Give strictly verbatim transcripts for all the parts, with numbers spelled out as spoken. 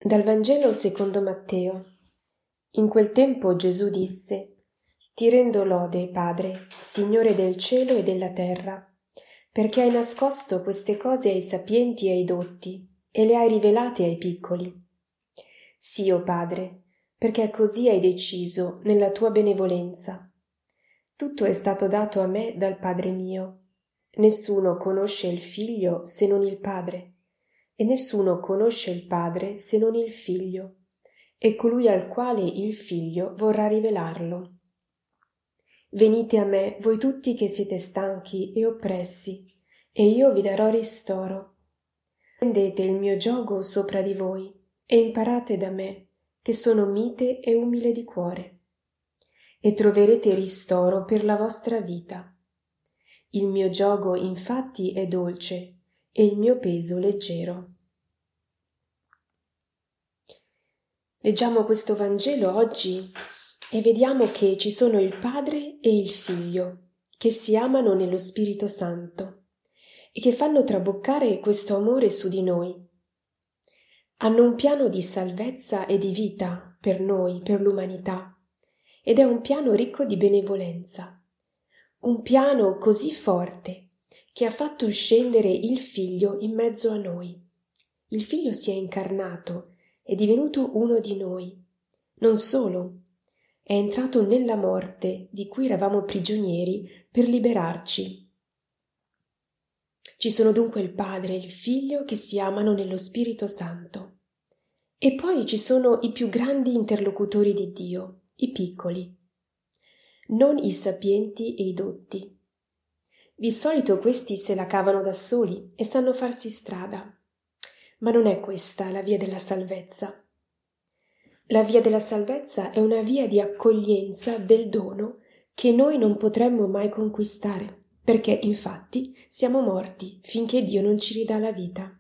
Dal Vangelo secondo Matteo. In quel tempo Gesù disse: Ti rendo lode, Padre, Signore del cielo e della terra, perché hai nascosto queste cose ai sapienti e ai dotti e le hai rivelate ai piccoli. Sì, o Padre, perché così hai deciso nella tua benevolenza. Tutto è stato dato a me dal Padre mio. Nessuno conosce il Figlio se non il Padre, e nessuno conosce il Padre se non il Figlio, e colui al quale il Figlio vorrà rivelarlo. Venite a me, voi tutti che siete stanchi e oppressi, e io vi darò ristoro. Prendete il mio giogo sopra di voi, e imparate da me, che sono mite e umile di cuore, e troverete ristoro per la vostra vita. Il mio giogo infatti è dolce, e il mio peso leggero. Leggiamo questo Vangelo oggi e vediamo che ci sono il Padre e il Figlio, che si amano nello Spirito Santo e che fanno traboccare questo amore su di noi. Hanno un piano di salvezza e di vita per noi, per l'umanità, ed è un piano ricco di benevolenza, un piano così forte che ha fatto scendere il Figlio in mezzo a noi. Il Figlio si è incarnato, è divenuto uno di noi. Non solo, è entrato nella morte di cui eravamo prigionieri per liberarci. Ci sono dunque il Padre e il Figlio che si amano nello Spirito Santo. E poi ci sono i più grandi interlocutori di Dio, i piccoli, non i sapienti e i dotti. Di solito questi se la cavano da soli e sanno farsi strada. Ma non è questa la via della salvezza. La via della salvezza è una via di accoglienza del dono che noi non potremmo mai conquistare, perché infatti siamo morti finché Dio non ci ridà la vita.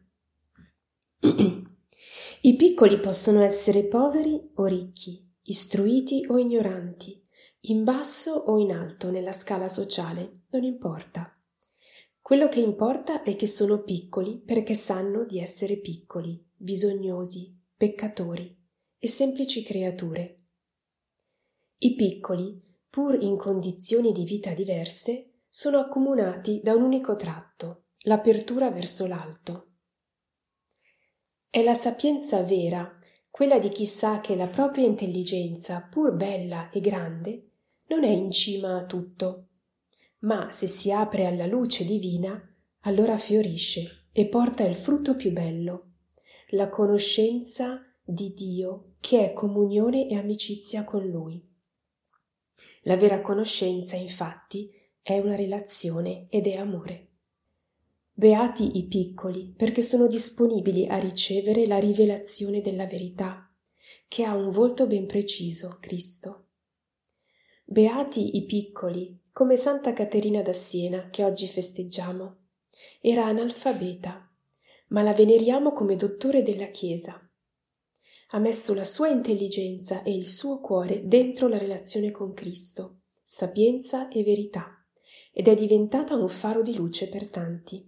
I piccoli possono essere poveri o ricchi, istruiti o ignoranti, in basso o in alto nella scala sociale, non importa. Quello che importa è che sono piccoli perché sanno di essere piccoli, bisognosi, peccatori e semplici creature. I piccoli, pur in condizioni di vita diverse, sono accomunati da un unico tratto, l'apertura verso l'alto. È la sapienza vera, quella di chi sa che la propria intelligenza, pur bella e grande, non è in cima a tutto, ma se si apre alla luce divina, allora fiorisce e porta il frutto più bello, la conoscenza di Dio, che è comunione e amicizia con Lui. La vera conoscenza, infatti, è una relazione ed è amore. Beati i piccoli, perché sono disponibili a ricevere la rivelazione della verità, che ha un volto ben preciso, Cristo. Beati i piccoli, come Santa Caterina da Siena, che oggi festeggiamo. Era analfabeta, ma la veneriamo come dottore della Chiesa. Ha messo la sua intelligenza e il suo cuore dentro la relazione con Cristo, sapienza e verità, ed è diventata un faro di luce per tanti.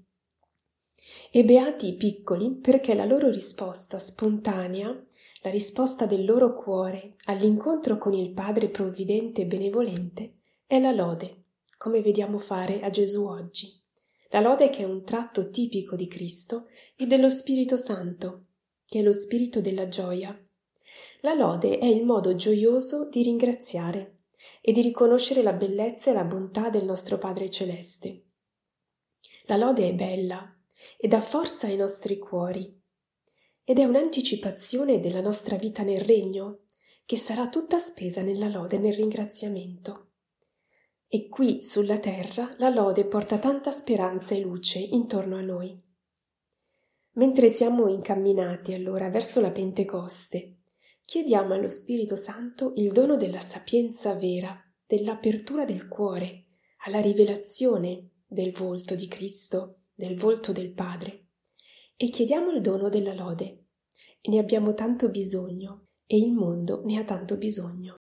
E beati i piccoli perché la loro risposta spontanea, la risposta del loro cuore all'incontro con il Padre provvidente e benevolente, è la lode, come vediamo fare a Gesù oggi. La lode che è un tratto tipico di Cristo e dello Spirito Santo, che è lo spirito della gioia. La lode è il modo gioioso di ringraziare e di riconoscere la bellezza e la bontà del nostro Padre Celeste. La lode è bella e dà forza ai nostri cuori ed è un'anticipazione della nostra vita nel regno, che sarà tutta spesa nella lode e nel ringraziamento. E qui sulla terra la lode porta tanta speranza e luce intorno a noi. Mentre siamo incamminati allora verso la Pentecoste, chiediamo allo Spirito Santo il dono della sapienza vera, dell'apertura del cuore, alla rivelazione del volto di Cristo, del volto del Padre, e chiediamo il dono della lode. E ne abbiamo tanto bisogno, e il mondo ne ha tanto bisogno.